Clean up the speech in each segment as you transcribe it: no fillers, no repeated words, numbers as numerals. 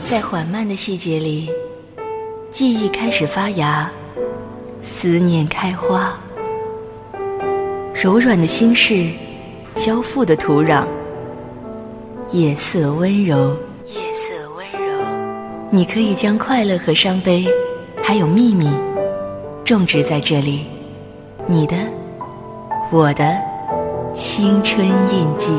在缓慢的细节里，记忆开始发芽，思念开花，柔软的心事，交付的土壤，夜色温柔，夜色温柔。你可以将快乐和伤悲，还有秘密，种植在这里，你的，我的青春印记。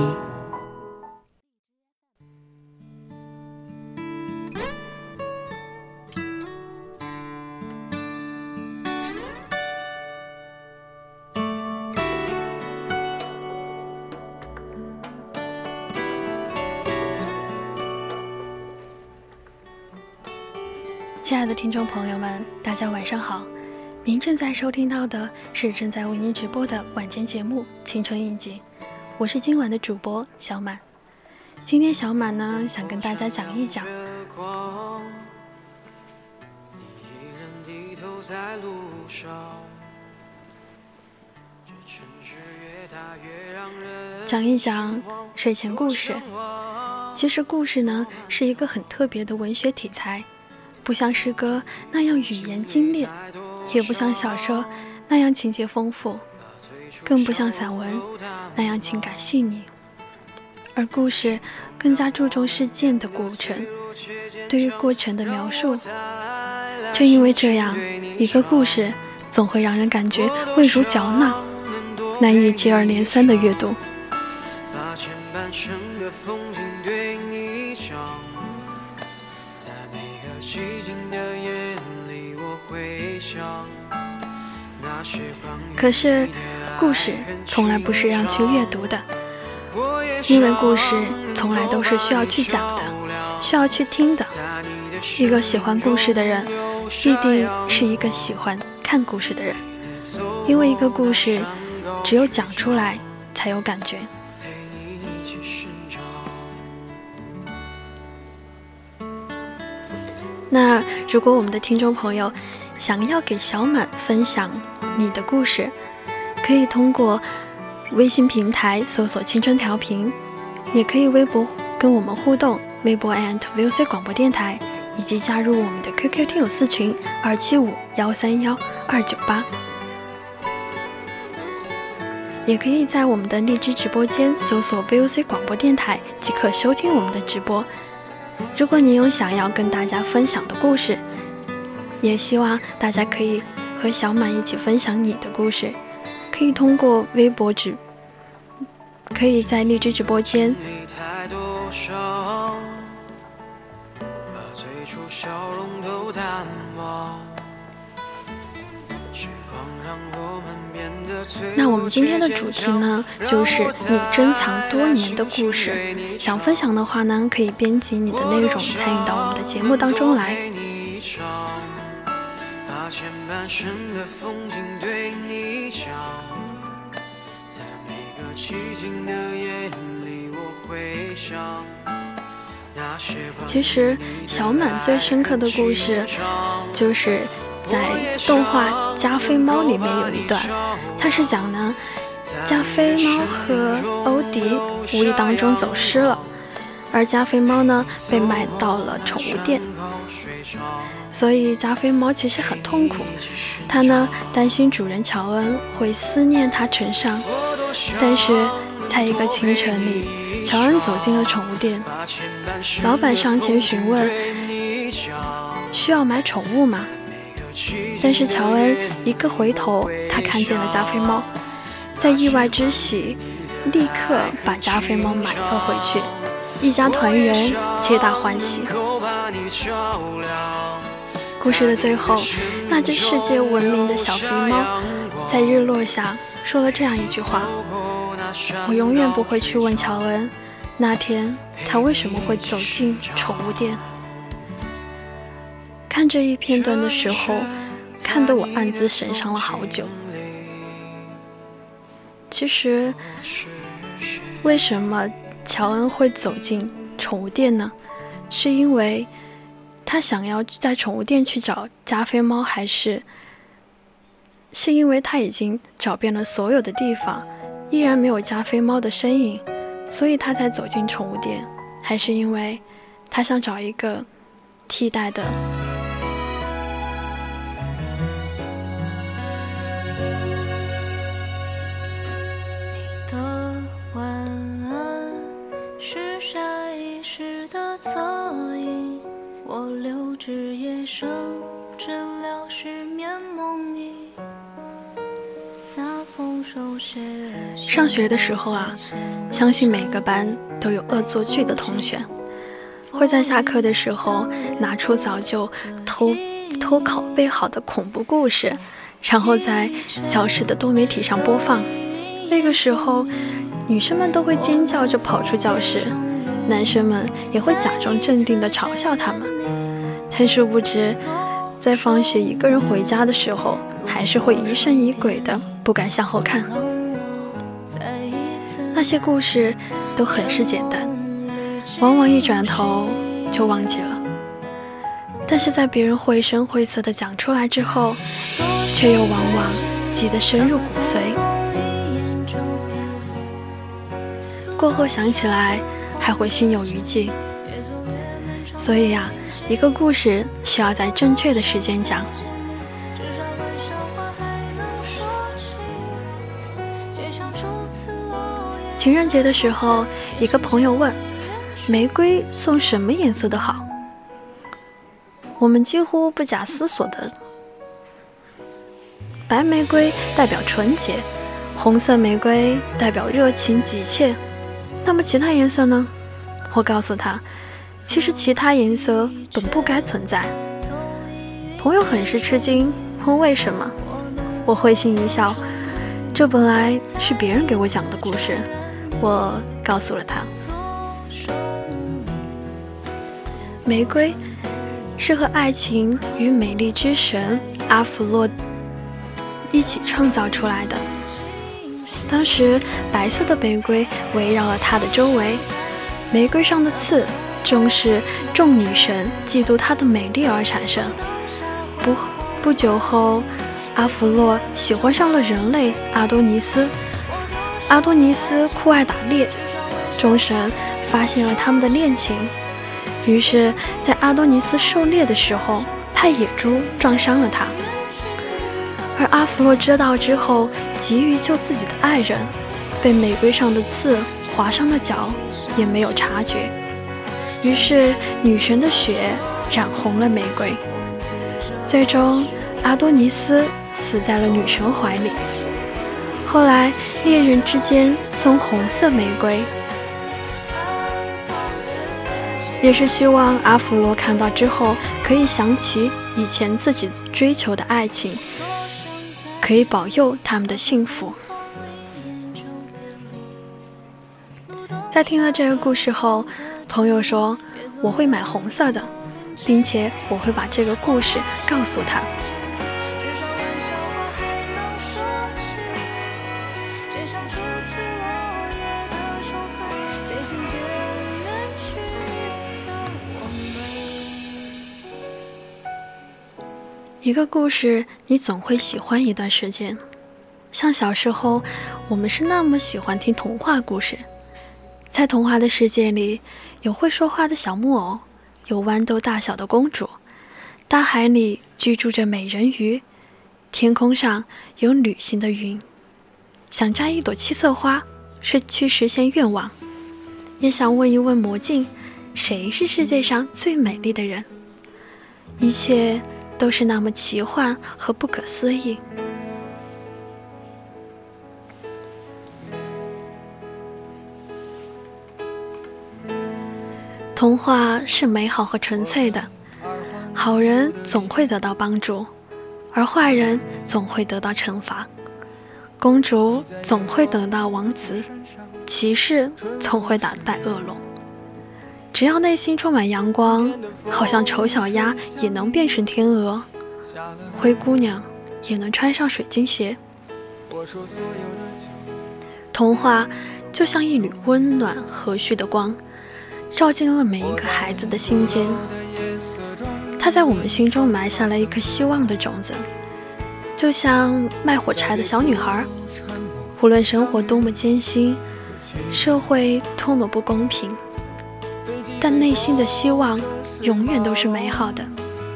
亲爱的听众朋友们，大家晚上好，您正在收听到的是正在为您直播的晚间节目《青春印记》，我是今晚的主播小满。今天小满呢，想跟大家讲一讲睡前故事。其实故事呢，是一个很特别的文学题材，不像诗歌那样语言精炼，也不像小说那样情节丰富，更不像散文那样情感细腻，而故事更加注重事件的过程，对于过程的描述。正因为这样，一个故事总会让人感觉味如嚼蜡，难以接二连三的阅读。把前半生的风景对你讲，在每个寂静的夜里我会想那些可是故事从来不是让去阅读的，因为故事从来都是需要去讲的，需要去听的。一个喜欢故事的人必定是一个喜欢看故事的人，因为一个故事只有讲出来才有感觉。那如果我们的听众朋友想要给小满分享你的故事，可以通过微信平台搜索青春调频，也可以微博跟我们互动，微博 @VOC 广播电台，以及加入我们的 QQ 听友4群275131298，也可以在我们的荔枝直播间搜索 VOC 广播电台即可收听我们的直播。如果你有想要跟大家分享的故事，也希望大家可以和小满一起分享你的故事，可以通过微博可以在荔枝直播间那我们今天的主题呢，就是你珍藏多年的故事。想分享的话呢，可以编辑你的内容参与到我们的节目当中来。把前半生的风景对你讲，在每个寂静的夜里我会想。其实小满最深刻的故事就是在动画加菲猫里面有一段，它是讲呢加菲猫和欧迪无意当中走失了，而加菲猫呢被卖到了宠物店，所以加菲猫其实很痛苦，它呢担心主人乔恩会思念它成伤。但是在一个清晨里，乔恩走进了宠物店，老板上前询问需要买宠物吗？但是乔恩一个回头，他看见了加菲猫，在意外之喜立刻把加菲猫买了回去，一家团圆，皆大欢喜。故事的最后，那只世界闻名的小肥猫在日落下说了这样一句话：我永远不会去问乔恩那天他为什么会走进宠物店。看这一片段的时候，看得我暗自神伤了好久。其实为什么乔恩会走进宠物店呢？是因为他想要在宠物店去找加菲猫，还是因为他已经找遍了所有的地方，依然没有加菲猫的身影，所以他才走进宠物店？还是因为他想找一个替代的。 你的晚安是下意识的侧影，我留至夜深，治疗失眠梦呓。那封手写上学的时候啊，相信每个班都有恶作剧的同学，会在下课的时候拿出早就偷拷贝好的恐怖故事，然后在教室的多媒体上播放。那个时候女生们都会尖叫着跑出教室，男生们也会假装镇定地嘲笑他们。但殊不知，在放学一个人回家的时候，还是会疑神疑鬼的，不敢向后看。那些故事都很是简单，往往一转头就忘记了，但是在别人绘声绘色地讲出来之后，却又往往记得深入骨髓，过后想起来还会心有余悸。所以啊，一个故事需要在正确的时间讲。情人节的时候，一个朋友问，玫瑰送什么颜色的好？我们几乎不假思索的，白玫瑰代表纯洁，红色玫瑰代表热情急切，那么其他颜色呢？我告诉他，其实其他颜色本不该存在。朋友很是吃惊，问为什么？我会心一笑，这本来是别人给我讲的故事，我告诉了他。玫瑰是和爱情与美丽之神阿芙洛一起创造出来的。当时白色的玫瑰围绕了它的周围，玫瑰上的刺正是众女神嫉妒她的美丽而产生。不久后，阿芙洛喜欢上了人类阿多尼斯。阿多尼斯酷爱打猎，众神发现了他们的恋情，于是在阿多尼斯狩猎的时候，派野猪撞伤了他。而阿芙洛知道之后，急于救自己的爱人，被玫瑰上的刺划伤了脚，也没有察觉。于是女神的血染红了玫瑰，最终阿多尼斯死在了女神怀里。后来猎人之间送红色玫瑰，也是希望阿芙洛看到之后可以想起以前自己追求的爱情，可以保佑他们的幸福。在听了这个故事后，朋友说我会买红色的，并且我会把这个故事告诉他。一个故事你总会喜欢一段时间，像小时候我们是那么喜欢听童话故事。在童话的世界里，有会说话的小木偶，有豌豆大小的公主，大海里居住着美人鱼，天空上有旅行的云。想摘一朵七色花，是去实现愿望。也想问一问魔镜，谁是世界上最美丽的人？一切都是那么奇幻和不可思议。童话是美好和纯粹的，好人总会得到帮助，而坏人总会得到惩罚。公主总会得到王子，骑士总会打败恶龙。只要内心充满阳光，好像丑小鸭也能变成天鹅，灰姑娘也能穿上水晶鞋。童话就像一缕温暖和煦的光，照进了每一个孩子的心间。它在我们心中埋下了一颗希望的种子，就像卖火柴的小女孩，无论生活多么艰辛，社会多么不公平，但内心的希望永远都是美好的。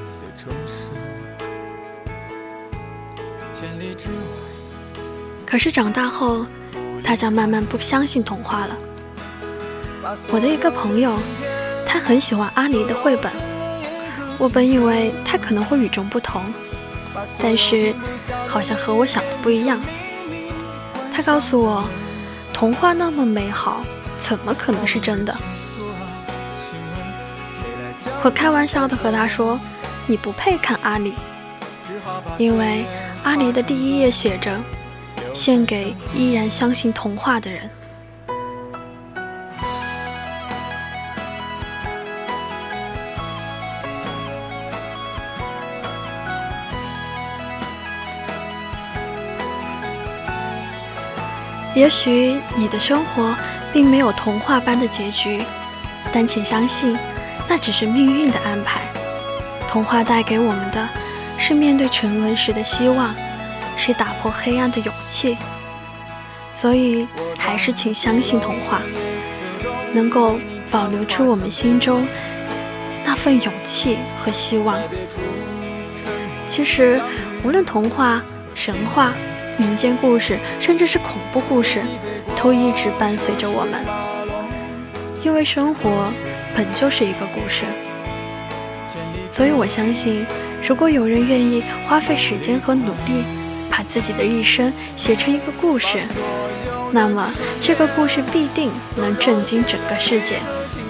可是长大后，大家慢慢不相信童话了。我的一个朋友，他很喜欢阿狸的绘本，我本以为他可能会与众不同，但是好像和我想的不一样。他告诉我，童话那么美好，怎么可能是真的？我开玩笑地和他说，你不配看阿狸，因为阿狸的第一页写着，献给依然相信童话的人。也许你的生活并没有童话般的结局，但请相信，那只是命运的安排。童话带给我们的是面对沉沦时的希望，是打破黑暗的勇气。所以还是请相信童话，能够保留出我们心中那份勇气和希望。其实无论童话、神话、民间故事，甚至是恐怖故事，都一直伴随着我们。因为生活本就是一个故事，所以我相信，如果有人愿意花费时间和努力，把自己的一生写成一个故事，那么这个故事必定能震惊整个世界。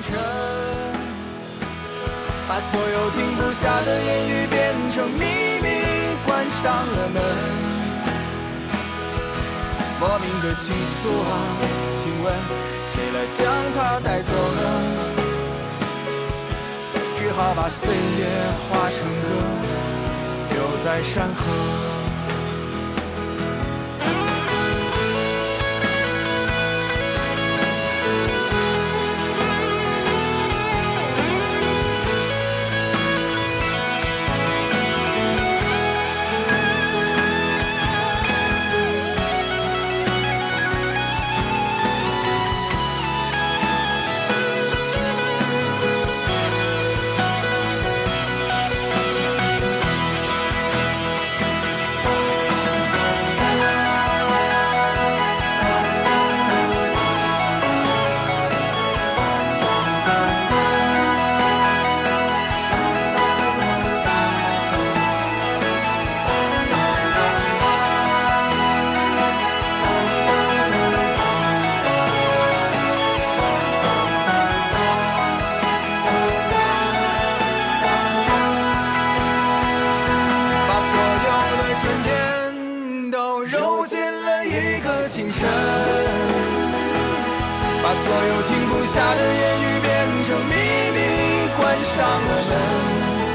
把所有停不下的言语变成秘密，关上了门。莫名的情愫啊，请问谁来将它带走呢？只好把岁月化成歌，留在山河。把所有停不下的言语变成秘密，关上了门。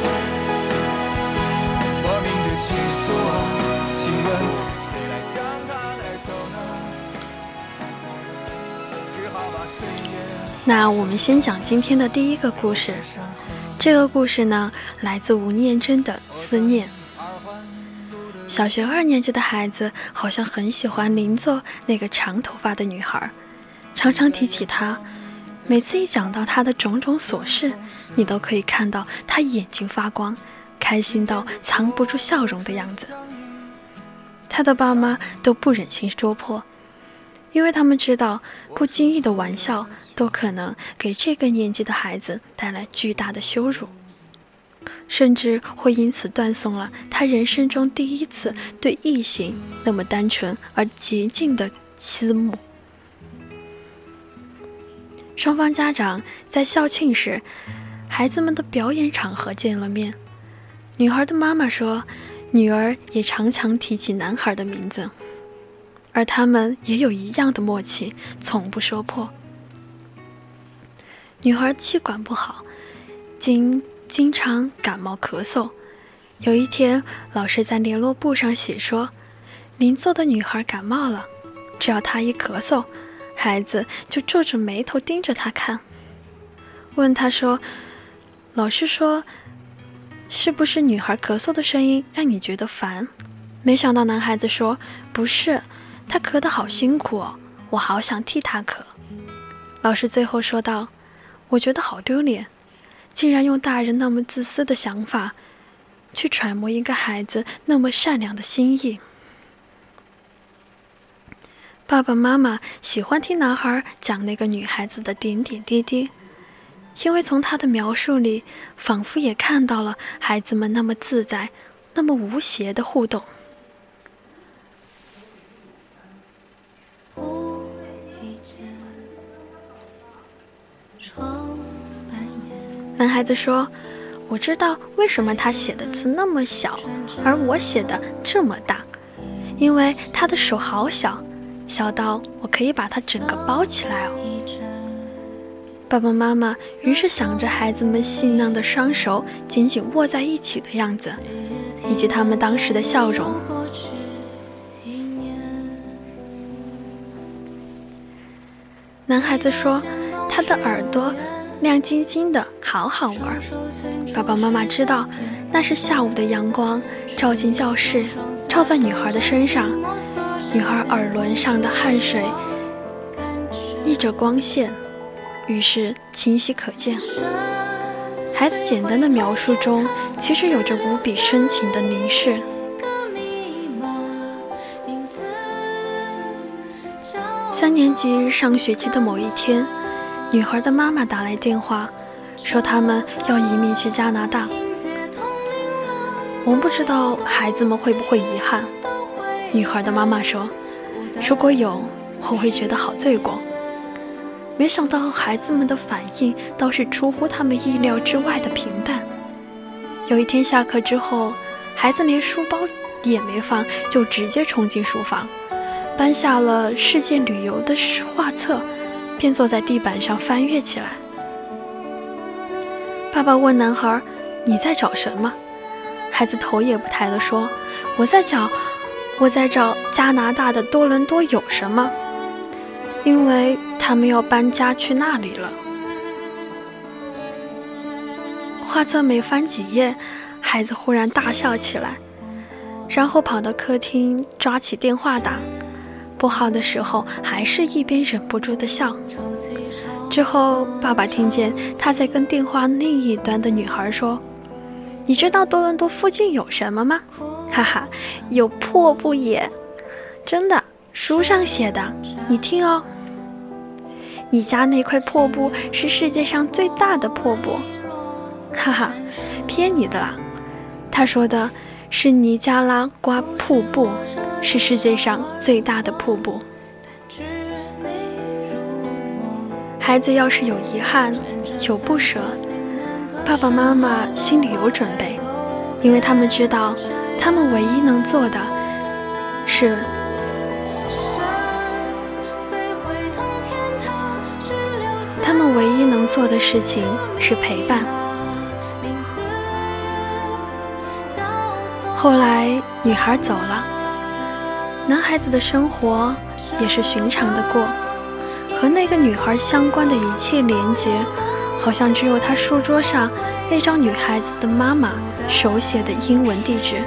莫名的情愫啊，请问谁来将它带走呢？只好把岁月。 那我们先讲今天的第一个故事。这个故事呢，来自吴念真的《思念》。小学2年级的孩子好像很喜欢邻座那个长头发的女孩，常常提起她。每次一讲到她的种种琐事，你都可以看到她眼睛发光，开心到藏不住笑容的样子。她的爸妈都不忍心说破，因为他们知道不经意的玩笑都可能给这个年纪的孩子带来巨大的羞辱，甚至会因此断送了他人生中第一次对异性那么单纯而洁净的思慕。双方家长在校庆时，孩子们的表演场合见了面。女孩的妈妈说，女儿也常常提起男孩的名字，而他们也有一样的默契，从不说破。女孩气管不好，经常感冒咳嗽。有一天，老师在联络簿上写说，邻座的女孩感冒了，只要她一咳嗽，孩子就皱着眉头盯着她看，问她说，老师说是不是女孩咳嗽的声音让你觉得烦？没想到男孩子说，不是，她咳得好辛苦哦，我好想替她咳。老师最后说道，我觉得好丢脸， 竟然用大人那么自私的想法去揣摩一个孩子那么善良的心意。爸爸妈妈喜欢听男孩讲那个女孩子的点点滴滴，因为从他的描述里，仿佛也看到了孩子们那么自在、那么无邪的互动。男孩子说：“我知道为什么他写的字那么小，而我写的这么大，因为他的手好小，小到我可以把它整个包起来哦。”爸爸妈妈于是想着孩子们细嫩的双手紧紧握在一起的样子，以及他们当时的笑容。男孩子说：“他的耳朵亮晶晶的，好好玩。”爸爸妈妈知道，那是下午的阳光照进教室，照在女孩的身上，女孩耳轮上的汗水依着光线，于是清晰可见。孩子简单的描述中，其实有着无比深情的凝视。3年级上学期的某一天，女孩的妈妈打来电话，说他们要移民去加拿大。我们不知道孩子们会不会遗憾。女孩的妈妈说：“如果有，我会觉得好罪过。”没想到孩子们的反应倒是出乎他们意料之外的平淡。有一天下课之后，孩子连书包也没放，就直接冲进书房，搬下了世界旅游的画册，便坐在地板上翻阅起来。爸爸问男孩：“你在找什么？”孩子头也不抬地说：“我在找加拿大的多伦多有什么，因为他们要搬家去那里了。”画册没翻几页，孩子忽然大笑起来，然后跑到客厅抓起电话打，拨号的时候还是一边忍不住的笑。之后爸爸听见他在跟电话另一端的女孩说：“你知道多伦多附近有什么吗？哈哈，有瀑布耶！真的，书上写的，你听哦。你家那块瀑布是世界上最大的瀑布。”哈哈，骗你的啦！他说的是尼加拉瓜瀑布，是世界上最大的瀑布。孩子要是有遗憾，有不舍，爸爸妈妈心里有准备，因为他们知道，他们唯一能做的是事情是陪伴。后来女孩走了，男孩子的生活也是寻常的过，和那个女孩相关的一切连结，好像只有他书桌上那张女孩子的妈妈手写的英文地址。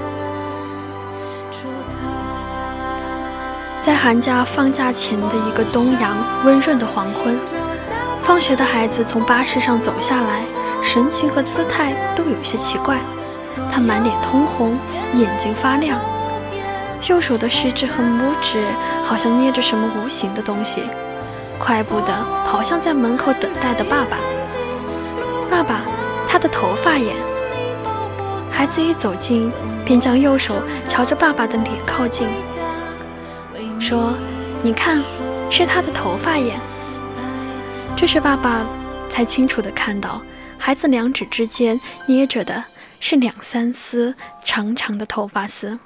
在寒假放假前的一个东阳温润的黄昏，放学的孩子从巴士上走下来，神情和姿态都有些奇怪。他满脸通红，眼睛发亮，右手的食指和拇指好像捏着什么无形的东西，快步地跑向在门口等待的爸爸。爸爸，他的头发耶！孩子一走近，便将右手朝着爸爸的脸靠近，说：“你看，是他的头发耶。”这时爸爸才清楚地看到，孩子两指之间捏着的是2-3丝长长的头发丝。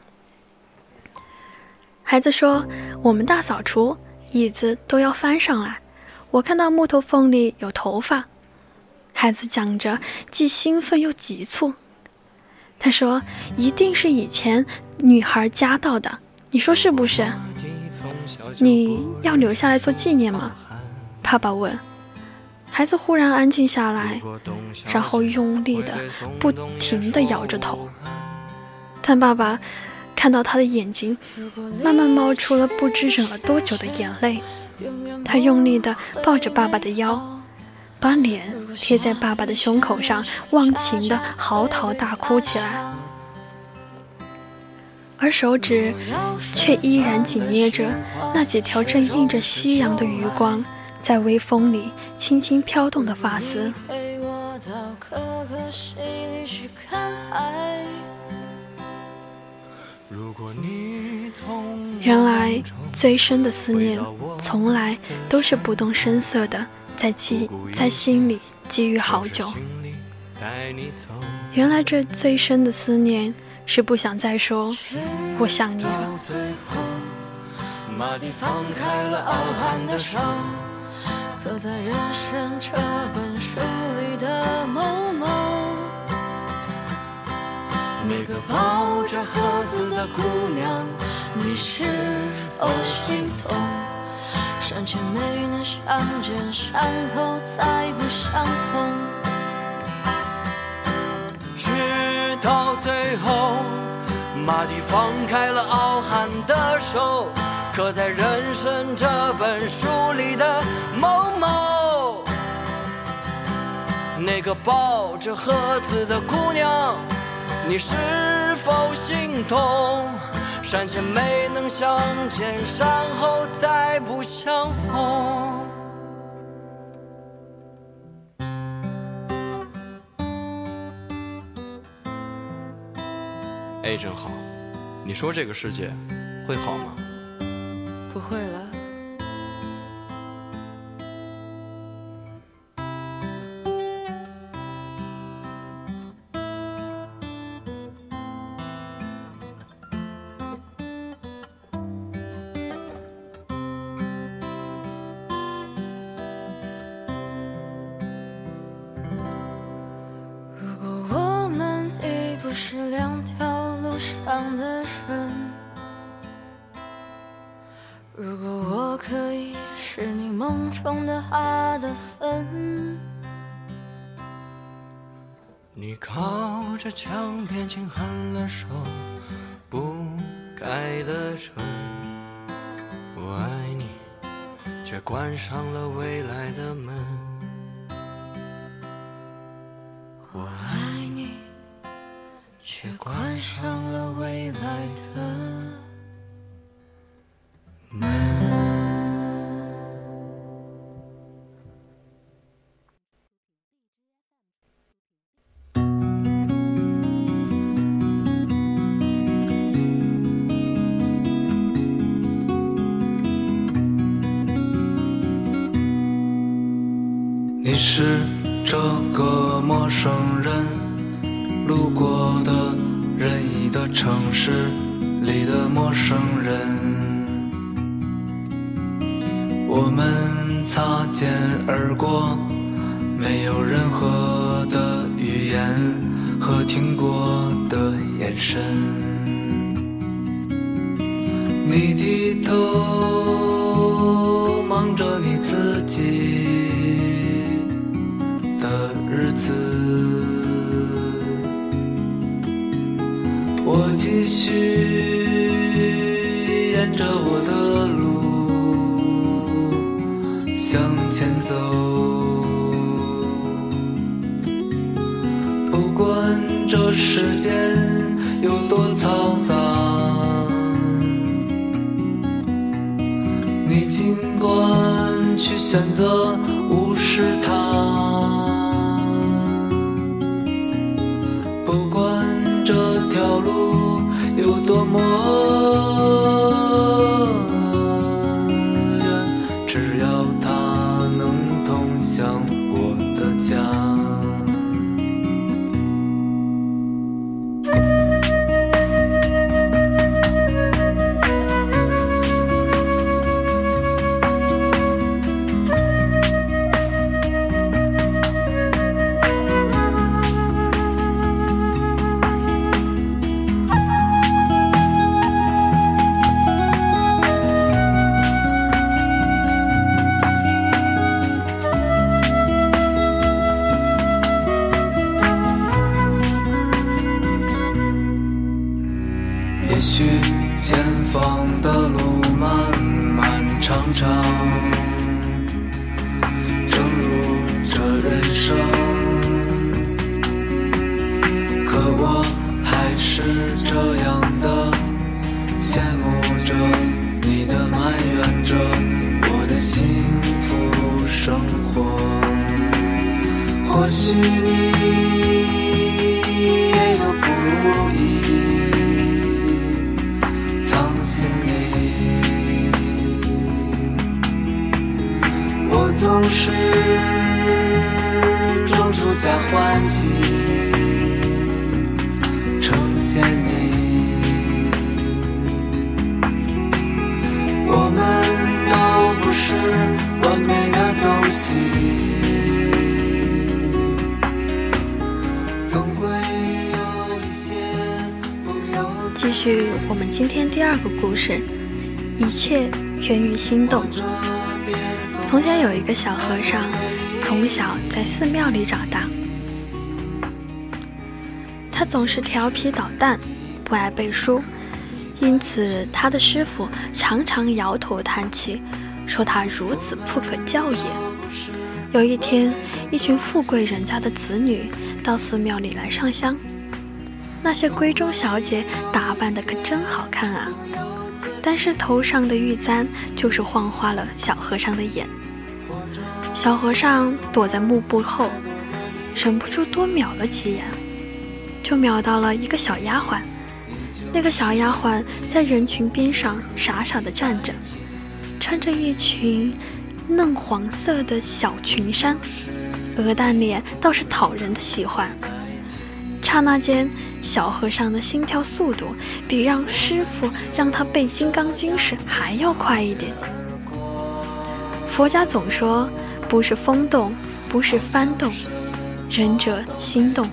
孩子说：“我们大扫除，椅子都要翻上来，我看到木头缝里有头发。”孩子讲着，既兴奋又急促。他说：“一定是以前女孩夹到的，你说是不是？你要留下来做纪念吗？”爸爸问。孩子忽然安静下来，然后用力的不停地摇着头。但爸爸看到他的眼睛慢慢冒出了不知忍了多久的眼泪，他用力地抱着爸爸的腰， 把脸贴在爸爸的胸口上，忘情地嚎啕大哭起来，而手指却依然紧捏着那几条正映着夕阳的余光，在微风里轻轻飘动的发丝。原来最深的思念从来都是不动声色的在心里积郁好久。原来这最深的思念是不想再说我想你了。 马蹄放开了傲寒的手，刻在人生这本书里的某某，那个抱着盒子的姑娘，你是否心痛？山前没能相见，山后再不相逢，直到最后，马蹄放开了傲寒的手，刻在人生这本书里的某某，那个抱着盒子的姑娘，你是否心痛？山前没能相见，山后再不相逢。哎，真好，你说这个世界会好吗？ 不会了。如果我们已不是两条路上的人，如果我可以是你梦中的哈德森， 你靠着墙边轻喊了首不该的唇，我爱你，却关上了未来的门。我爱你，却关上了未来的门。你是这个陌生人，路过的任意的城市里的陌生人，我们擦肩而过，没有任何的语言和听过的眼神。你低头忙着你自己的日子，我继续沿着我的路向前走，不管这世间有多嘈杂，你尽管去选择无视它，不管这条路有多么远，只要它能通向我的家。 这样的羡慕着你的埋怨着我的幸福生活，或许你也有不如意藏心里，我总是装出假欢喜呈现你，我们都不是完美的东西，总会有一些不由。 继续我们今天第二个故事，一切源于心动。从前有一个小和尚，从小在寺庙里长大，他总是调皮捣蛋，不爱背书，因此他的师父常常摇头叹气，说他如此不可教也。有一天，一群富贵人家的子女到寺庙里来上香，那些闺中小姐打扮得可真好看啊，但是头上的玉簪就是晃花了小和尚的眼。小和尚躲在幕布后，忍不住多瞄了几眼，就瞄到了一个小丫鬟。那个小丫鬟在人群边上傻傻地站着，穿着一裙嫩黄色的小裙衫，鹅蛋脸倒是讨人的喜欢。刹那间，小和尚的心跳速度比让师傅让他背金刚经时还要快一点。佛家总说，不是风动，不是幡动，仁者心动。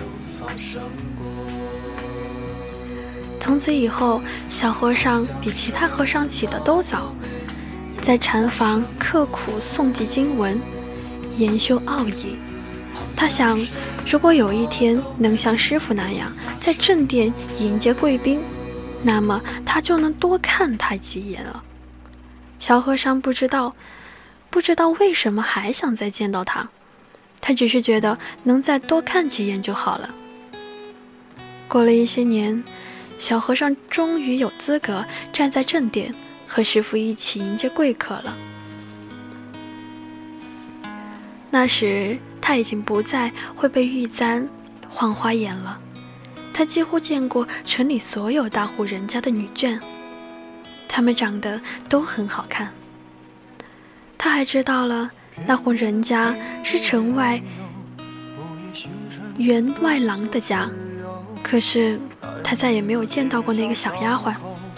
从此以后，小和尚比其他和尚起得都早，在禅房刻苦诵记经文，研修奥义。他想，如果有一天能像师父那样在正殿迎接贵宾，那么他就能多看他几眼了。小和尚不知道为什么还想再见到他，他只是觉得能再多看几眼就好了。过了一些年，小和尚终于有资格站在正殿和师父一起迎接贵客了。那时他已经不再会被玉簪晃花眼了，他几乎见过城里所有大户人家的女眷，她们长得都很好看。他还知道了那户人家是城外员外郎的家，可是他再也没有见到过那个小丫鬟。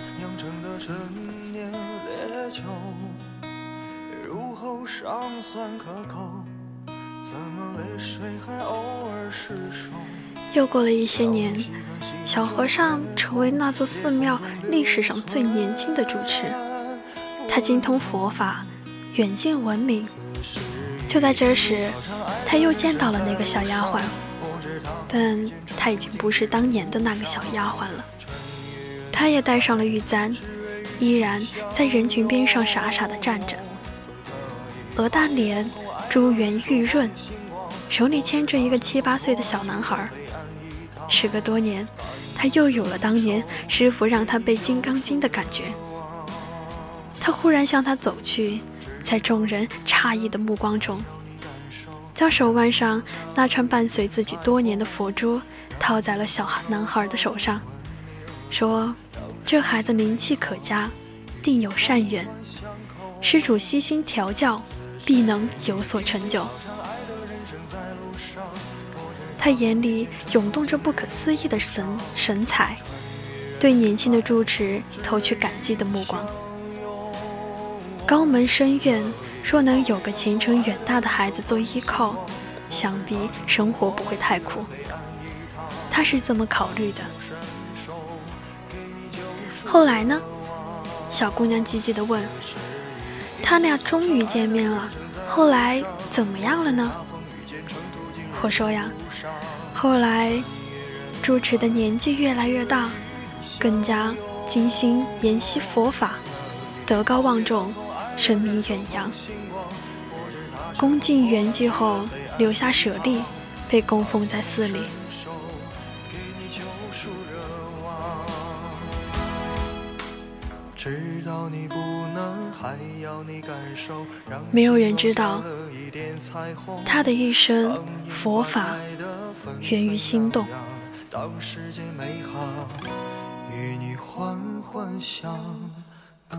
又过了一些年，小和尚成为那座寺庙历史上最年轻的住持，他精通佛法，远近闻名。就在这时，他又见到了那个小丫鬟，但她已经不是当年的那个小丫鬟了。她也戴上了玉簪，依然在人群边上傻傻地站着，鹅蛋脸，珠圆玉润，手里牵着一个7、8岁的小男孩。时隔多年，他又有了当年师父让他背金刚经的感觉。他忽然向他走去，在众人诧异的目光中，将手腕上那串伴随自己多年的佛珠套在了小男孩的手上，说：“这孩子灵气可嘉，定有善缘，施主悉心调教，必能有所成就。”他眼里涌动着不可思议的神采，对年轻的住持投去感激的目光。高门深院，若能有个前程远大的孩子做依靠，想必生活不会太苦。他是这么考虑的。后来呢？小姑娘积极地问。他俩终于见面了，后来怎么样了呢？我说呀，后来住持的年纪越来越大，更加精心研习佛法，德高望重，声名远扬。恭敬圆寂后，留下舍利，被供奉在寺里。 救赎热望，直到你不能，还要你感受。 没有人知道，他的一生佛法源于心动。 当世间美好与你环环相扣。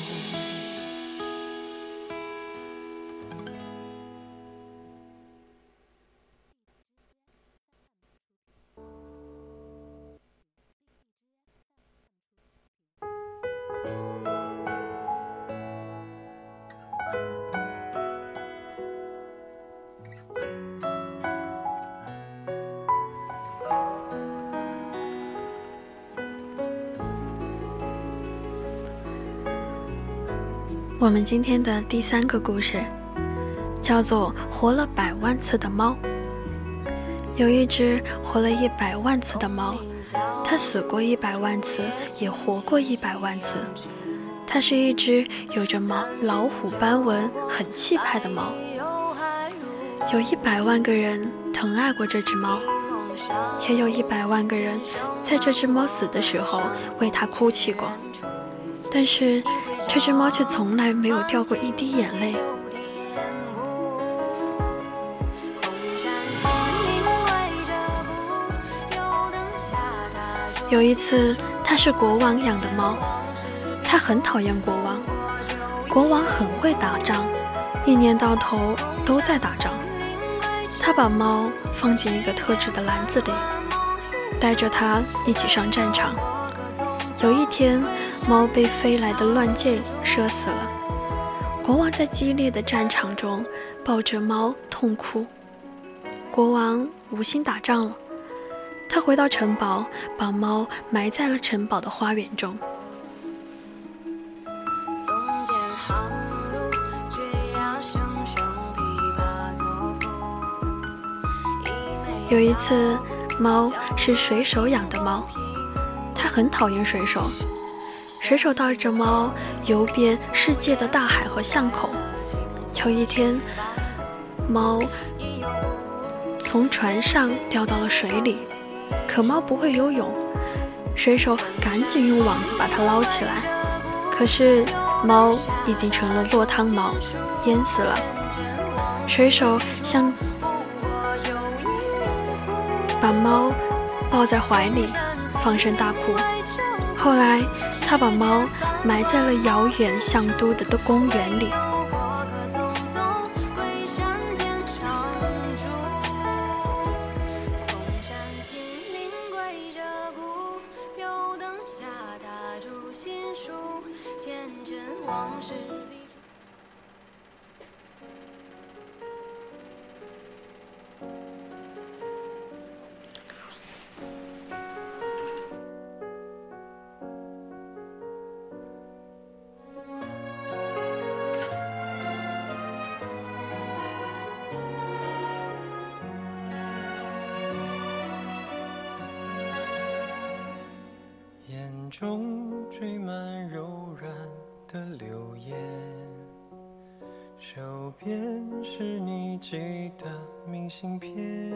我们今天的第3个故事叫做活了100万次的猫。有一只活了100万次的猫，它死过100万次，也活过100万次。它是一只有着老虎斑纹、很气派的猫。有100万个人疼爱过这只猫，也有100万个人在这只猫死的时候为它哭泣过。但是这只猫却从来没有掉过一滴眼泪。有一次，它是国王养的猫，它很讨厌国王。国王很会打仗，一年到头都在打仗。他把猫放进一个特制的篮子里，带着它一起上战场。有一天，猫被飞来的乱箭射死了。国王在激烈的战场中抱着猫痛哭。国王无心打仗了，他回到城堡，把猫埋在了城堡的花园中。有一次，猫是水手养的猫，他很讨厌水手。水手带着猫游遍世界的大海和巷口。有一天，猫从船上掉到了水里，可猫不会游泳，水手赶紧用网子把它捞起来。可是猫已经成了落汤猫，淹死了。水手想把猫抱在怀里，放声大哭。后来他把猫埋在了遥远象都的公园里。 中缀满柔软的流言，手边是你寄的明信片。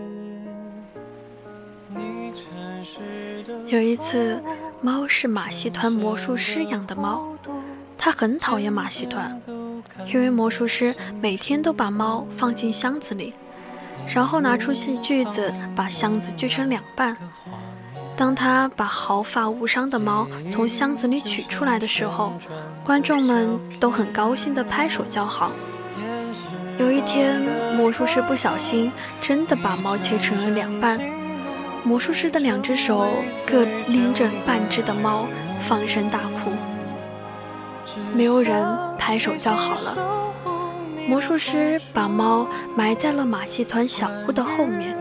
有一次，猫是马戏团魔术师养的猫，它很讨厌马戏团，因为魔术师每天都把猫放进箱子里，然后拿出些锯子把箱子锯成2半。当他把毫发无伤的猫从箱子里取出来的时候，观众们都很高兴地拍手叫好。有一天，魔术师不小心真的把猫切成了2半，魔术师的2只手各拎着半只的猫，放声大哭。没有人拍手叫好了。魔术师把猫埋在了马戏团小屋的后面。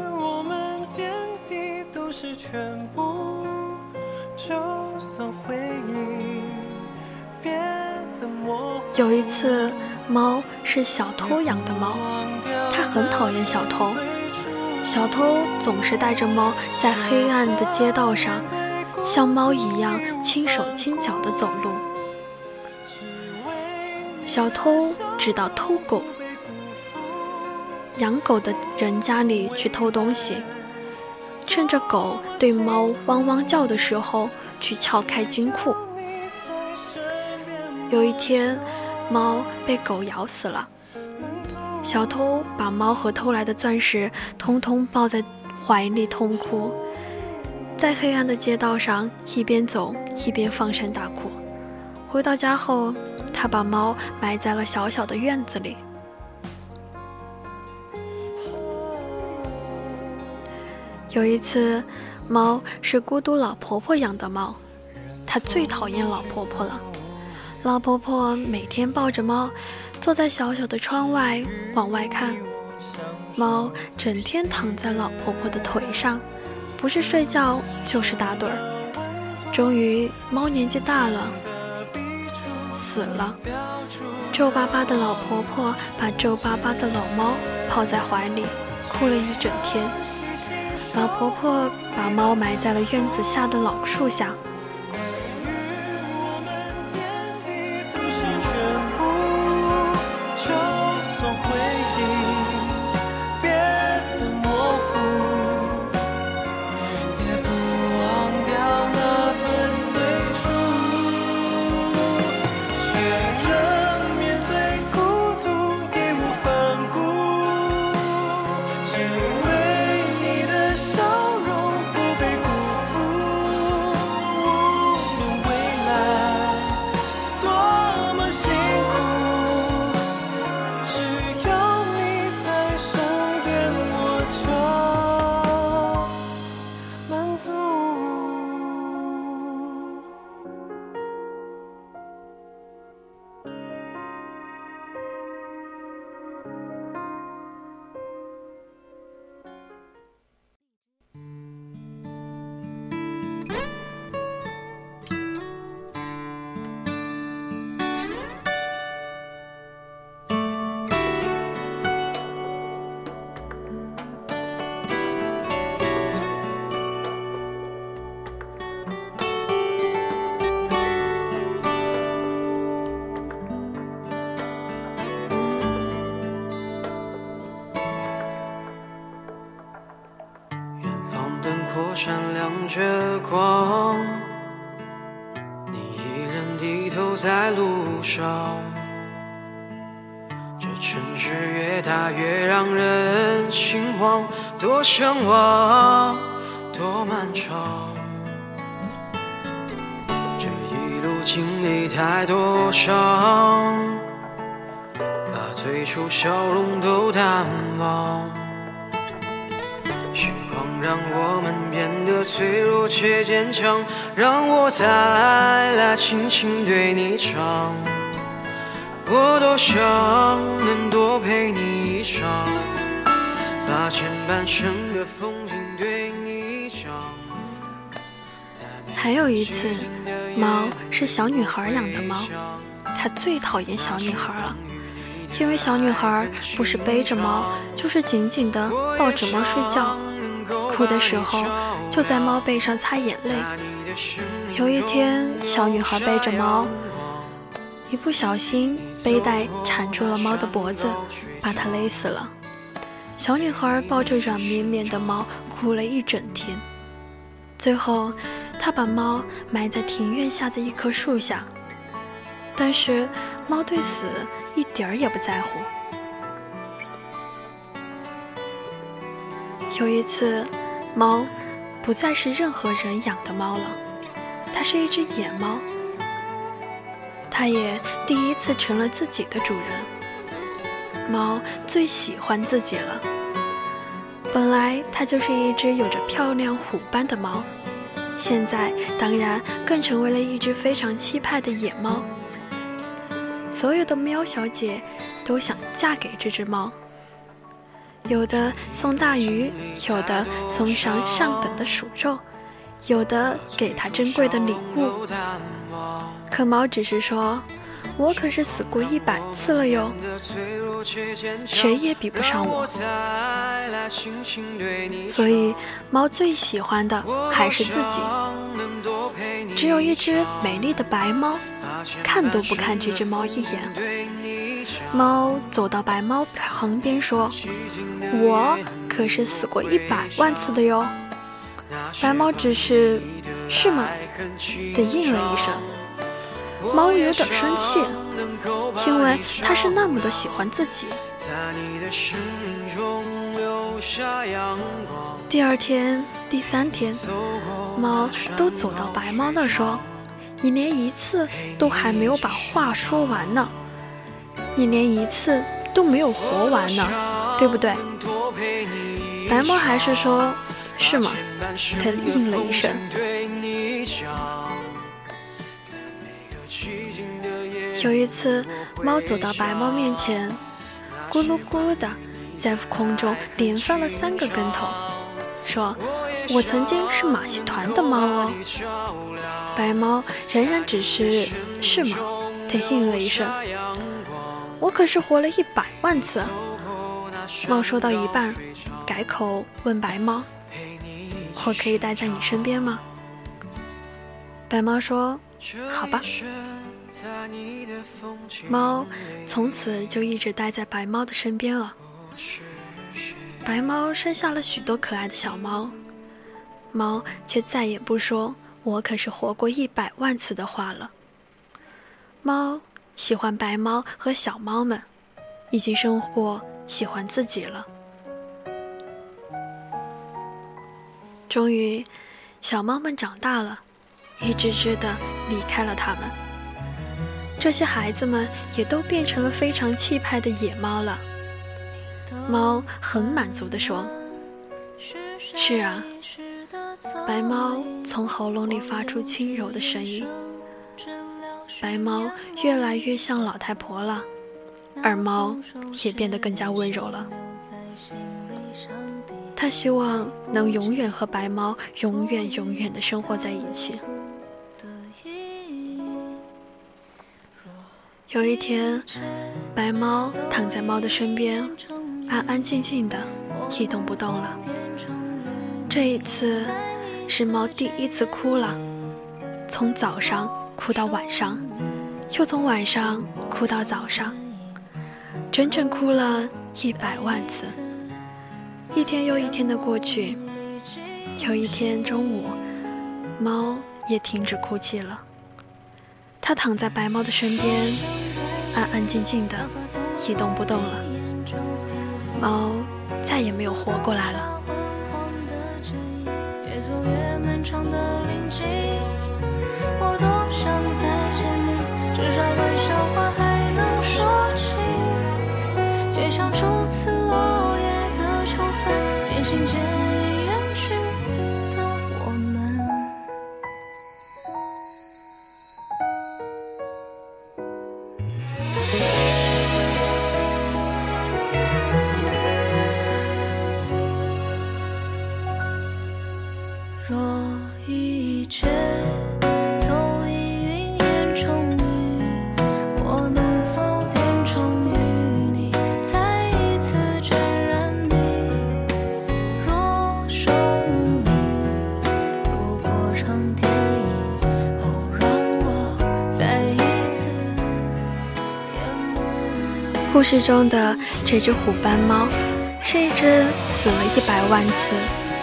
全部就算回忆变得模糊。 有一次，猫是小偷养的猫，它很讨厌小偷。小偷总是带着猫在黑暗的街道上，像猫一样轻手轻脚地走路。小偷知道偷狗，养狗的人家里去偷东西。 趁着狗对猫汪汪叫的时候去撬开金库。有一天，猫被狗咬死了，小偷把猫和偷来的钻石通通抱在怀里痛哭，在黑暗的街道上一边走一边放声大哭。回到家后，他把猫埋在了小小的院子里。有一次，猫是孤独老婆婆养的猫，她最讨厌老婆婆了。老婆婆每天抱着猫，坐在小小的窗外往外看。猫整天躺在老婆婆的腿上，不是睡觉就是打盹儿。终于，猫年纪大了，死了。皱巴巴的老婆婆把皱巴巴的老猫抱在怀里，哭了一整天。老婆婆把猫埋在了院子下的老树下。 闪亮着光，你依然低头在路上。这城市越大越让人心慌，多向往，多漫长。这一路经历太多伤，把最初笑容都淡忘。让我们变得脆弱且坚强，让我再来轻轻对你唱，我多想能多陪你一场，把前半生的风景对你讲。 还有一次，猫是小女孩养的猫，她最讨厌小女孩了，因为小女孩不是背着猫，就是紧紧地抱着猫睡觉，哭的时候就在猫背上擦眼泪。有一天，小女孩背着猫，一不小心背带缠住了猫的脖子，把它勒死了。小女孩抱着软绵绵的猫哭了一整天。最后，她把猫埋在庭院下的一棵树下，但是猫对死一点儿也不在乎。有一次，猫不再是任何人养的猫了，它是一只野猫，它也第一次成了自己的主人。猫最喜欢自己了，本来它就是一只有着漂亮虎斑的猫，现在当然更成为了一只非常气派的野猫。所有的喵小姐都想嫁给这只猫，有的送大鱼，有的送上上等的鼠肉，有的给它珍贵的礼物。可猫只是说，我可是死过100次了哟，谁也比不上我。所以猫最喜欢的还是自己。只有一只美丽的白猫，看都不看这只猫一眼。猫走到白猫旁边说，我可是死过100万次的哟， 白猫只是“是吗”的应了一声。猫有点生气，因为它是那么的喜欢自己。第二天、第三天，猫都走到白猫那儿说：“你连一次都还没有把话说完呢，你连一次都没有活完呢，对不对？”白猫还是说：“是吗？”它应了一声。有一次，猫走到白猫面前，咕噜咕噜的在空中连翻了3个跟头，说：“我曾经是马戏团的猫哦。”白猫仍然只是“是吗？”它应了一声。“我可是活了100万次。”猫说到一半，改口问白猫：“我可以待在你身边吗？”白猫说：“好吧。”猫从此就一直待在白猫的身边了。白猫生下了许多可爱的小猫，猫却再也不说“我可是活过100万次”的话了。猫喜欢白猫和小猫们，已经胜过喜欢自己了。终于，小猫们长大了，一只只的离开了它们。这些孩子们也都变成了非常气派的野猫了。猫很满足地说：“是啊。”白猫从喉咙里发出轻柔的声音。白猫越来越像老太婆了，而猫也变得更加温柔了。他希望能永远和白猫永远地生活在一起。有一天，白猫躺在猫的身边，安安静静的一动不动了。这一次是猫第一次哭了，从早上哭到晚上，又从晚上哭到早上，整整哭了100万次。一天又一天的过去，有一天中午，猫也停止哭泣了。它躺在白猫的身边，安安静静的一动不动了。猫再也没有活过来了。 我多想再见你，至少玩笑话还能说起，就像初次落叶的秋分，渐行渐远去的我们。若一切都已云烟重遇，我能否变成与你再一次沾染你？若生命如过场电影，哦，让我再一次填满。 故事中的这只虎斑猫是一只死了100万次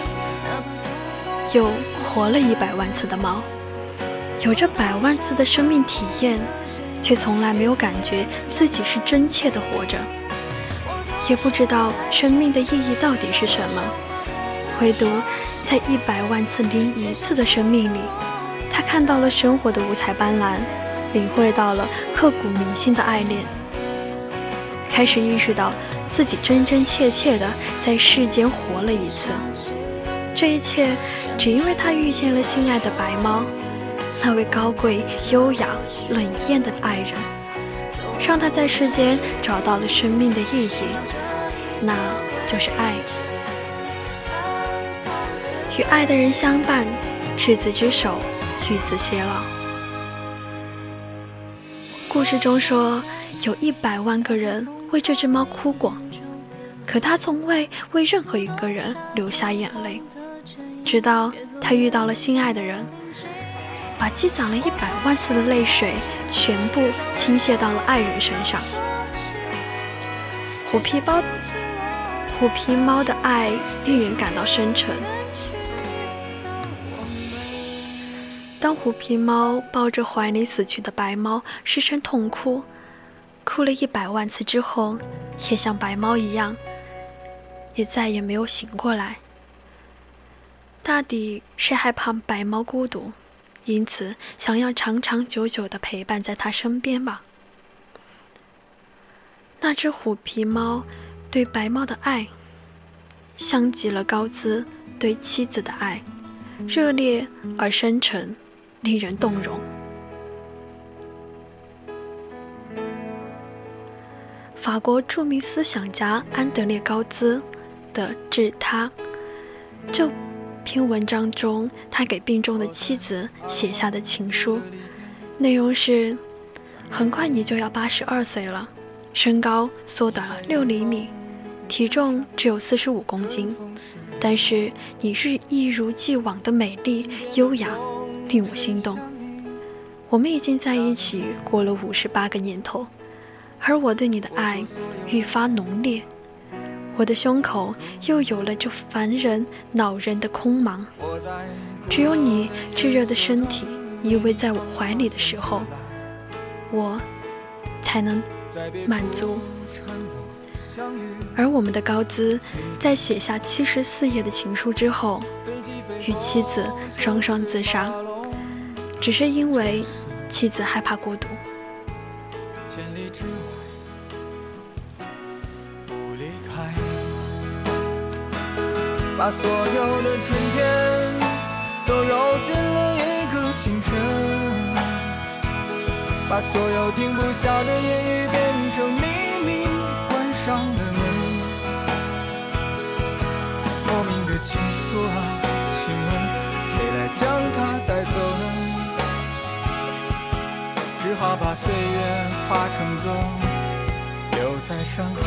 又活了100万次的猫，有着100万次的生命体验，却从来没有感觉自己是真切的活着，也不知道生命的意义到底是什么。唯独在100万次淋一次的生命里，他看到了生活的五彩斑斓，领会到了刻骨铭心的爱恋，开始意识到自己真真切切的在世间活了一次。这一切只因为他遇见了心爱的白猫，那位高贵、优雅、冷艳的爱人，让他在世间找到了生命的意义，那就是爱。与爱的人相伴，执子之手，与子偕老。故事中说，有100万个人为这只猫哭过，可他从未为任何一个人流下眼泪，直到他遇到了心爱的人，把积攒了100万次的泪水全部倾泻到了爱人身上。虎皮猫的爱令人感到深沉， 当虎皮猫抱着怀里死去的白猫失声痛哭，哭了100万次之后，也像白猫一样，也再也没有醒过来。大抵是害怕白猫孤独，因此想要长长久久地陪伴在它身边吧。那只虎皮猫对白猫的爱，像极了高兹对妻子的爱，热烈而深沉，令人动容。法国著名思想家安德烈·高兹的《致他》这篇文章中，他给病重的妻子写下的情书，内容是：很快你就要82岁了，身高缩短了6厘米，体重只有45公斤，但是你一如既往的美丽优雅，令我心动。我们已经在一起过了58个年头，而我对你的爱愈发浓烈，我的胸口又有了这烦人恼人的空茫。只有你炙热的身体依偎在我怀里的时候，我才能满足。而我们的高兹在写下74页的情书之后，与妻子双双自杀，只是因为妻子害怕孤独。 千里之外不离开，把所有的春天都揉进了一个清晨，把所有停不下的言语变成秘密，关上了门。莫名的情愫啊，请问谁来将它带走呢？只好把岁月化成歌，留在山河。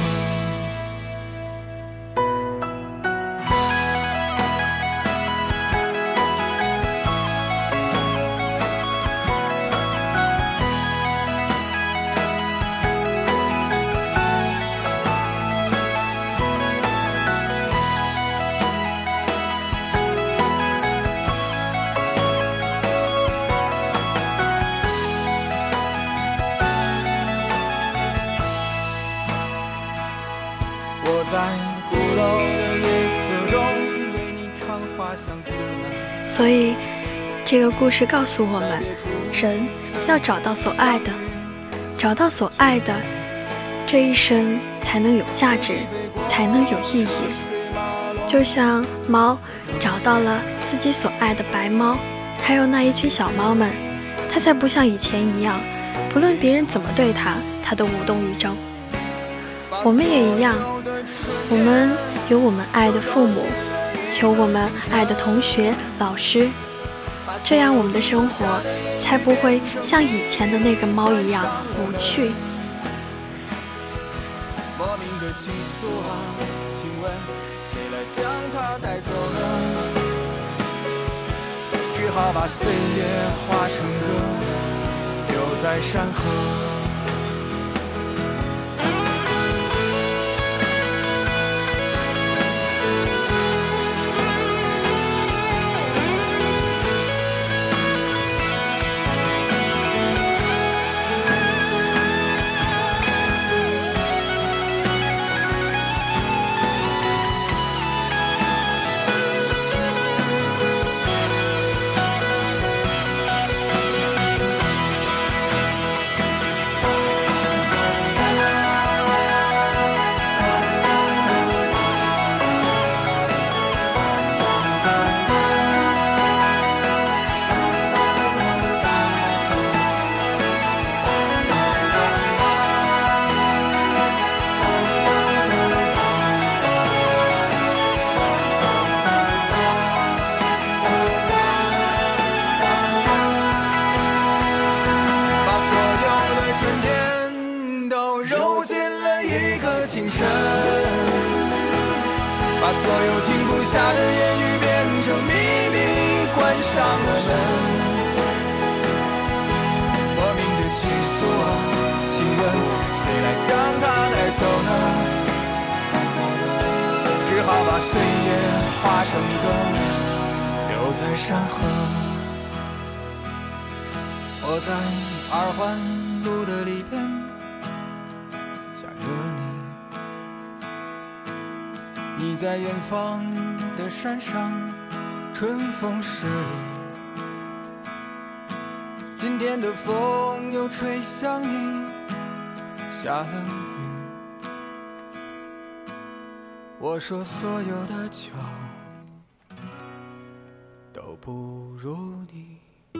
所以这个故事告诉我们，人要找到所爱的，找到所爱的，这一生才能有价值，才能有意义。就像猫找到了自己所爱的白猫，还有那一群小猫们，它才不像以前一样，不论别人怎么对它，它都无动于衷。我们也一样，我们有我们爱的父母，有我们爱的同学、老师，这样我们的生活才不会像以前的那个猫一样无趣。 莫名的情愫啊，请问谁来将它带走呢？只好把岁月化成歌，留在山河。把所有停不下的言语变成秘密，关上了门。莫名的情愫啊，请问谁来将它带走呢？只好把岁月化成歌，留在山河。 我在二环路的里边想着你，你在远方的山上春风十里，今天的风又吹向你，下了雨。我说所有的酒都不如你。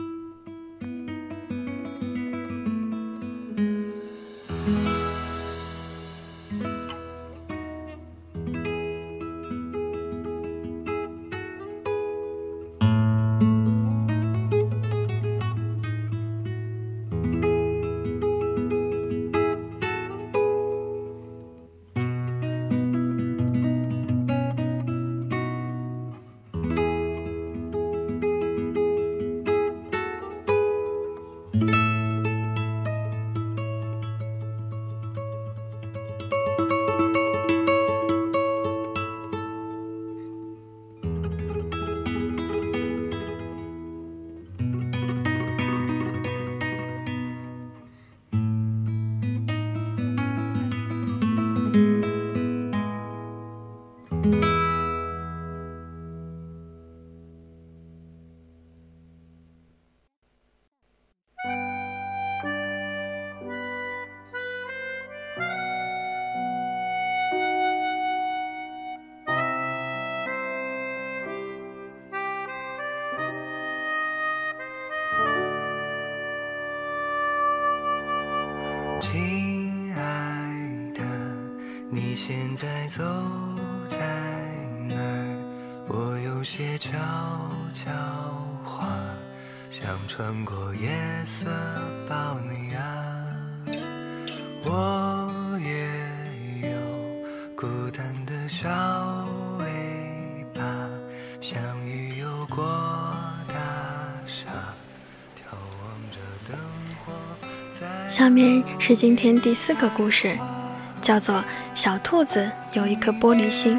亲爱的，你现在走在哪儿？我有些悄悄话，想穿过夜色抱你啊。我也有孤单的小尾巴，像鱼游过大厦，眺望着灯火。 下面是今天第4个故事，叫做小兔子有一颗玻璃心。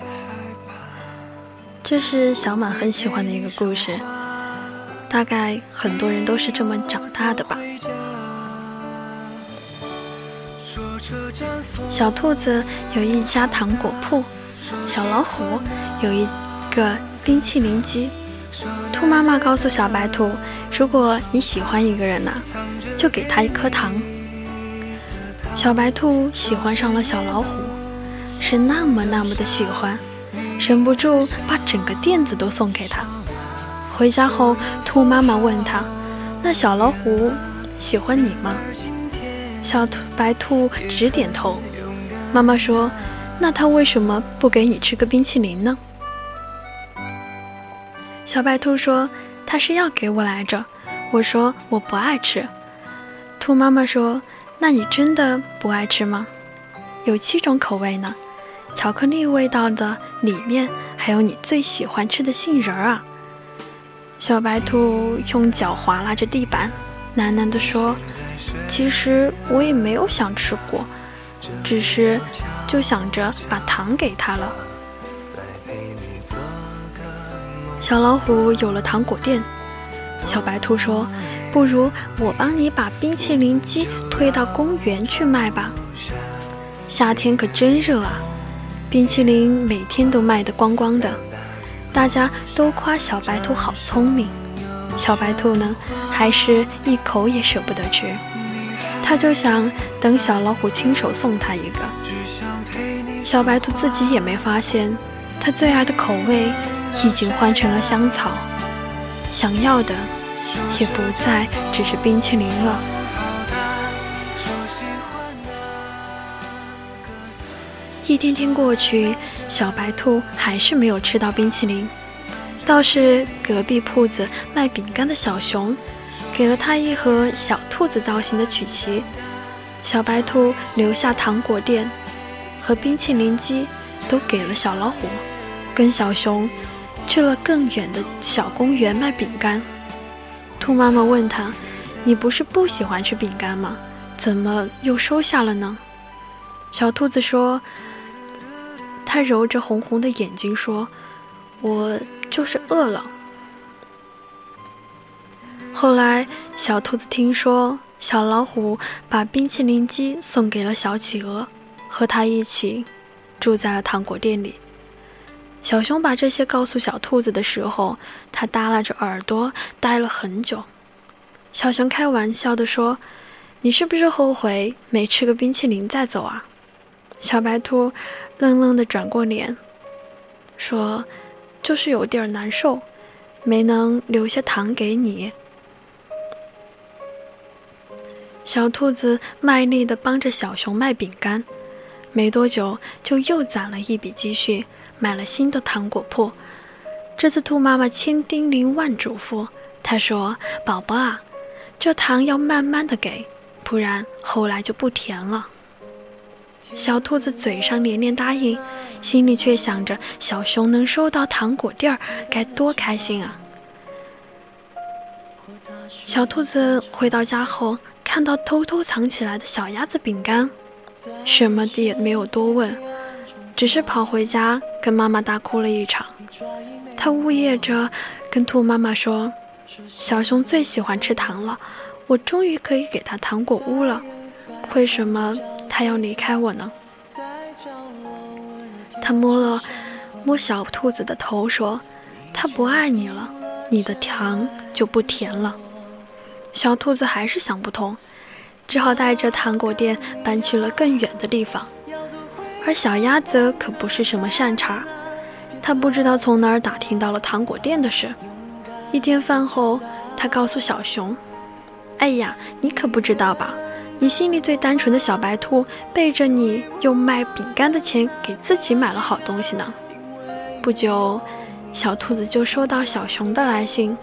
这是小满很喜欢的一个故事，大概很多人都是这么长大的吧。小兔子有一家糖果铺，小老虎有一个冰淇淋机。兔妈妈告诉小白兔，如果你喜欢一个人呢，就给他一颗糖。小白兔喜欢上了小老虎，是那么的喜欢，忍不住把整个垫子都送给他。回家后，兔妈妈问他，那小老虎喜欢你吗？小白兔直点头。妈妈说，那他为什么不给你吃个冰淇淋呢？小白兔说，他是要给我来着，我说我不爱吃。兔妈妈说，那你真的不爱吃吗？有7种口味呢，巧克力味道的里面还有你最喜欢吃的杏仁啊。小白兔用脚划拉着地板，喃喃地说，其实我也没有想吃过，只是就想着把糖给他了。小老虎有了糖果店，小白兔说，不如我帮你把冰淇淋机推到公园去卖吧。夏天可真热啊，冰淇淋每天都卖得光光的，大家都夸小白兔好聪明。小白兔呢，还是一口也舍不得吃，他就想等小老虎亲手送他一个。小白兔自己也没发现，他最爱的口味已经换成了香草，想要的也不再只是冰淇淋了。一天天过去，小白兔还是没有吃到冰淇淋，倒是隔壁铺子卖饼干的小熊给了他一盒小兔子造型的曲奇。小白兔留下糖果店和冰淇淋机都给了小老虎，跟小熊去了更远的小公园卖饼干。兔妈妈问他，你不是不喜欢吃饼干吗？怎么又收下了呢？小兔子说，他揉着红红的眼睛说，我就是饿了。 后来小兔子听说小老虎把冰淇淋机送给了小企鹅，和他一起住在了糖果店里。小熊把这些告诉小兔子的时候，它耷拉着耳朵呆了很久。小熊开玩笑地说，你是不是后悔没吃个冰淇淋再走啊？小白兔愣愣地转过脸说，就是有点难受，没能留些糖给你。小兔子卖力地帮着小熊卖饼干，没多久就又攒了一笔积蓄，买了新的糖果铺。这次兔妈妈千叮咛万嘱咐，她说，宝宝啊，这糖要慢慢的给，不然后来就不甜了。小兔子嘴上连连答应，心里却想着小熊能收到糖果店该多开心啊。小兔子回到家后，看到偷偷藏起来的小鸭子饼干，什么也没有多问，只是跑回家跟妈妈大哭了一场。他呜咽着跟兔妈妈说，小熊最喜欢吃糖了，我终于可以给他糖果屋了，为什么他要离开我呢？他摸了摸小兔子的头说，他不爱你了，你的糖就不甜了。小兔子还是想不通，只好带着糖果店搬去了更远的地方。而小鸭子可不是什么善茬，他不知道从哪儿打听到了糖果店的事。一天饭后，他告诉小熊，哎呀，你可不知道吧，你心里最单纯的小白兔背着你用卖饼干的钱给自己买了好东西呢。不久，小兔子就收到小熊的来信，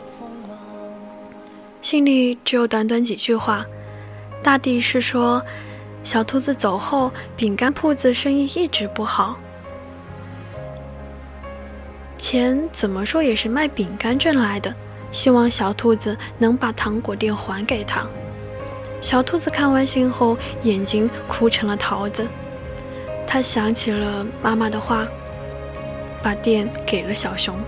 信里只有短短几句话，大抵是说小兔子走后，饼干铺子生意一直不好，钱怎么说也是卖饼干挣来的，希望小兔子能把糖果店还给他。小兔子看完信后，眼睛哭成了桃子。他想起了妈妈的话，把店给了小熊。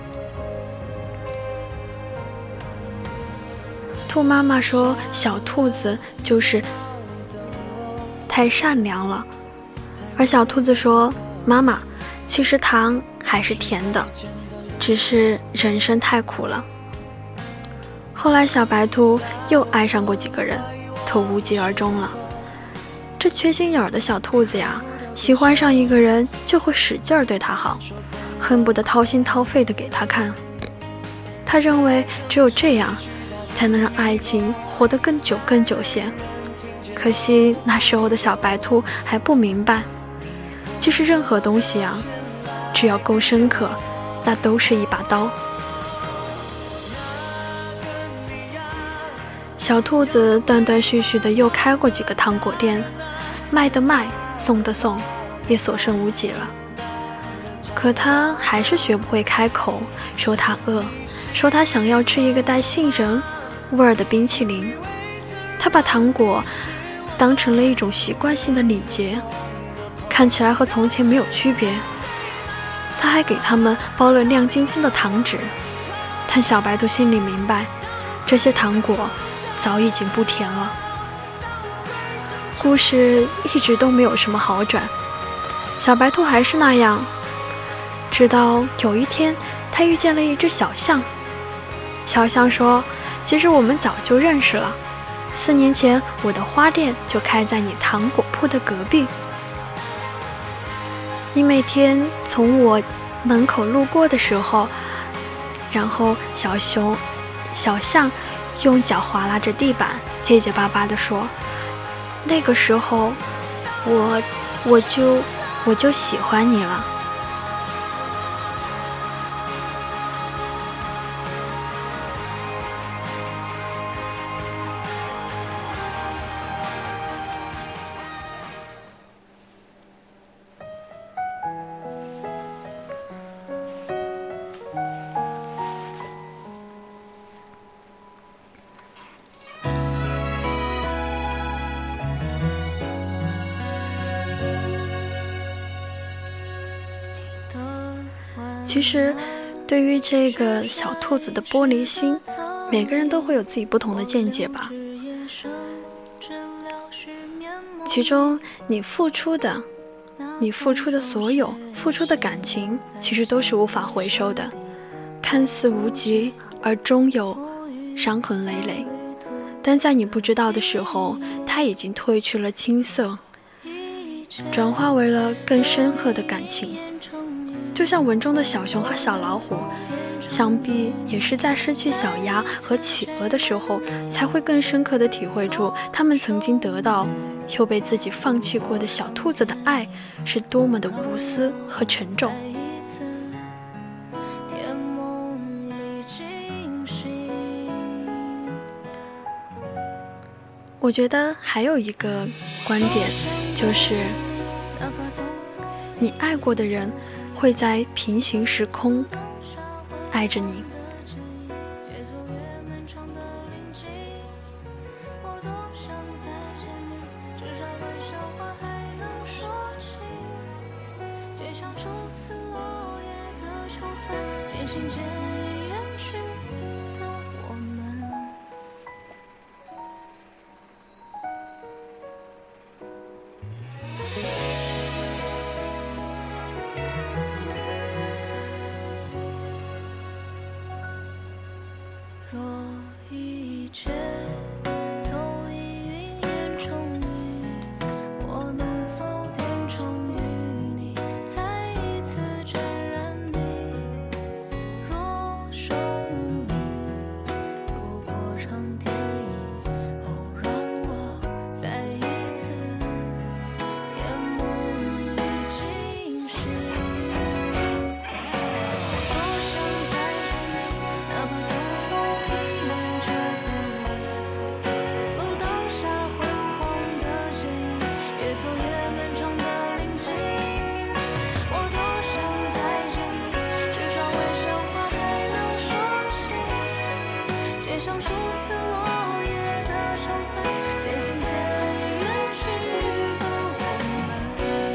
兔妈妈说，小兔子就是太善良了。而小兔子说，妈妈，其实糖还是甜的，只是人生太苦了。后来小白兔又爱上过几个人，都无疾而终了。这缺心眼儿的小兔子呀，喜欢上一个人就会使劲儿对他好，恨不得掏心掏肺的给他看。他认为只有这样才能让爱情活得更久更久些。可惜那时候的小白兔还不明白，其实任何东西啊，只要够深刻，那都是一把刀。小兔子断断续续的又开过几个糖果店，卖的卖，送的送，也所剩无几了。可他还是学不会开口，说他饿，说他想要吃一个带杏仁味儿的冰淇淋。他把糖果当成了一种习惯性的礼节，看起来和从前没有区别。他还给他们包了亮晶晶的糖纸，但小白兔心里明白，这些糖果早已经不甜了。故事一直都没有什么好转，小白兔还是那样，直到有一天他遇见了一只小象。小象说，其实我们早就认识了，4年前我的花店就开在你糖果铺的隔壁，你每天从我门口路过的时候，然后小象用脚划拉着地板，结结巴巴地说，那个时候我就喜欢你了。其实对于这个小兔子的玻璃心， 每个人都会有自己不同的见解吧。其中你付出的所有，付出的感情，其实都是无法回收的，看似无疾，而终有伤痕累累。但在你不知道的时候，它已经褪去了青涩，转化为了更深刻的感情。就像文中的小熊和小老虎，想必也是在失去小鸭和企鹅的时候，才会更深刻地体会出他们曾经得到又被自己放弃过的小兔子的爱是多么的无私和沉重。我觉得还有一个观点，就是你爱过的人会在平行时空爱着你。 若一切都已云烟成雨，我能否变成与你再一次沾染你？若生命如果场电影，哦，让我再一次甜梦里惊醒。我多想再见你，哪怕匆匆像初次落叶的手分，渐行渐远去的我们，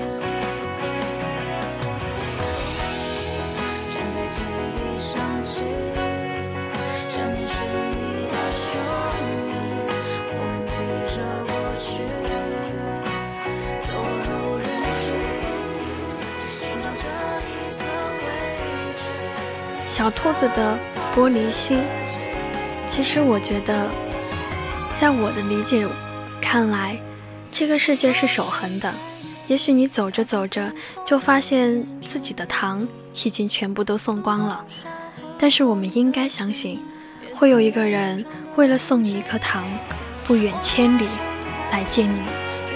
站在汽笛响起，想念是你的声音，我们提着过去，走入人群，寻找这一个位置。 小兔子的玻璃心，其实我觉得，在我的理解看来，这个世界是守恒的。也许你走着走着就发现自己的糖已经全部都送光了，但是我们应该相信，会有一个人为了送你一颗糖，不远千里来见你。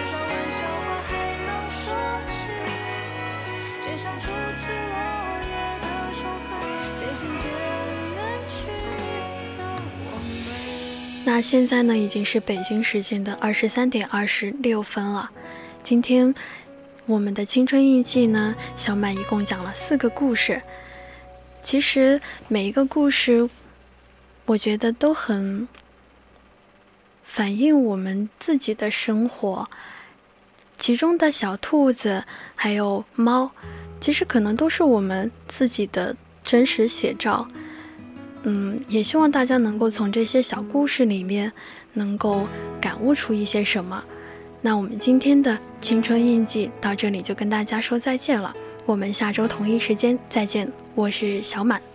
那现在呢，已经是北京时间的23点26分了。今天我们的青春印记呢，小满一共讲了4个故事。其实每一个故事，我觉得都很反映我们自己的生活。其中的小兔子还有猫，其实可能都是我们自己的真实写照。也希望大家能够从这些小故事里面能够感悟出一些什么。那我们今天的青春印记到这里就跟大家说再见了，我们下周同一时间再见，我是小满。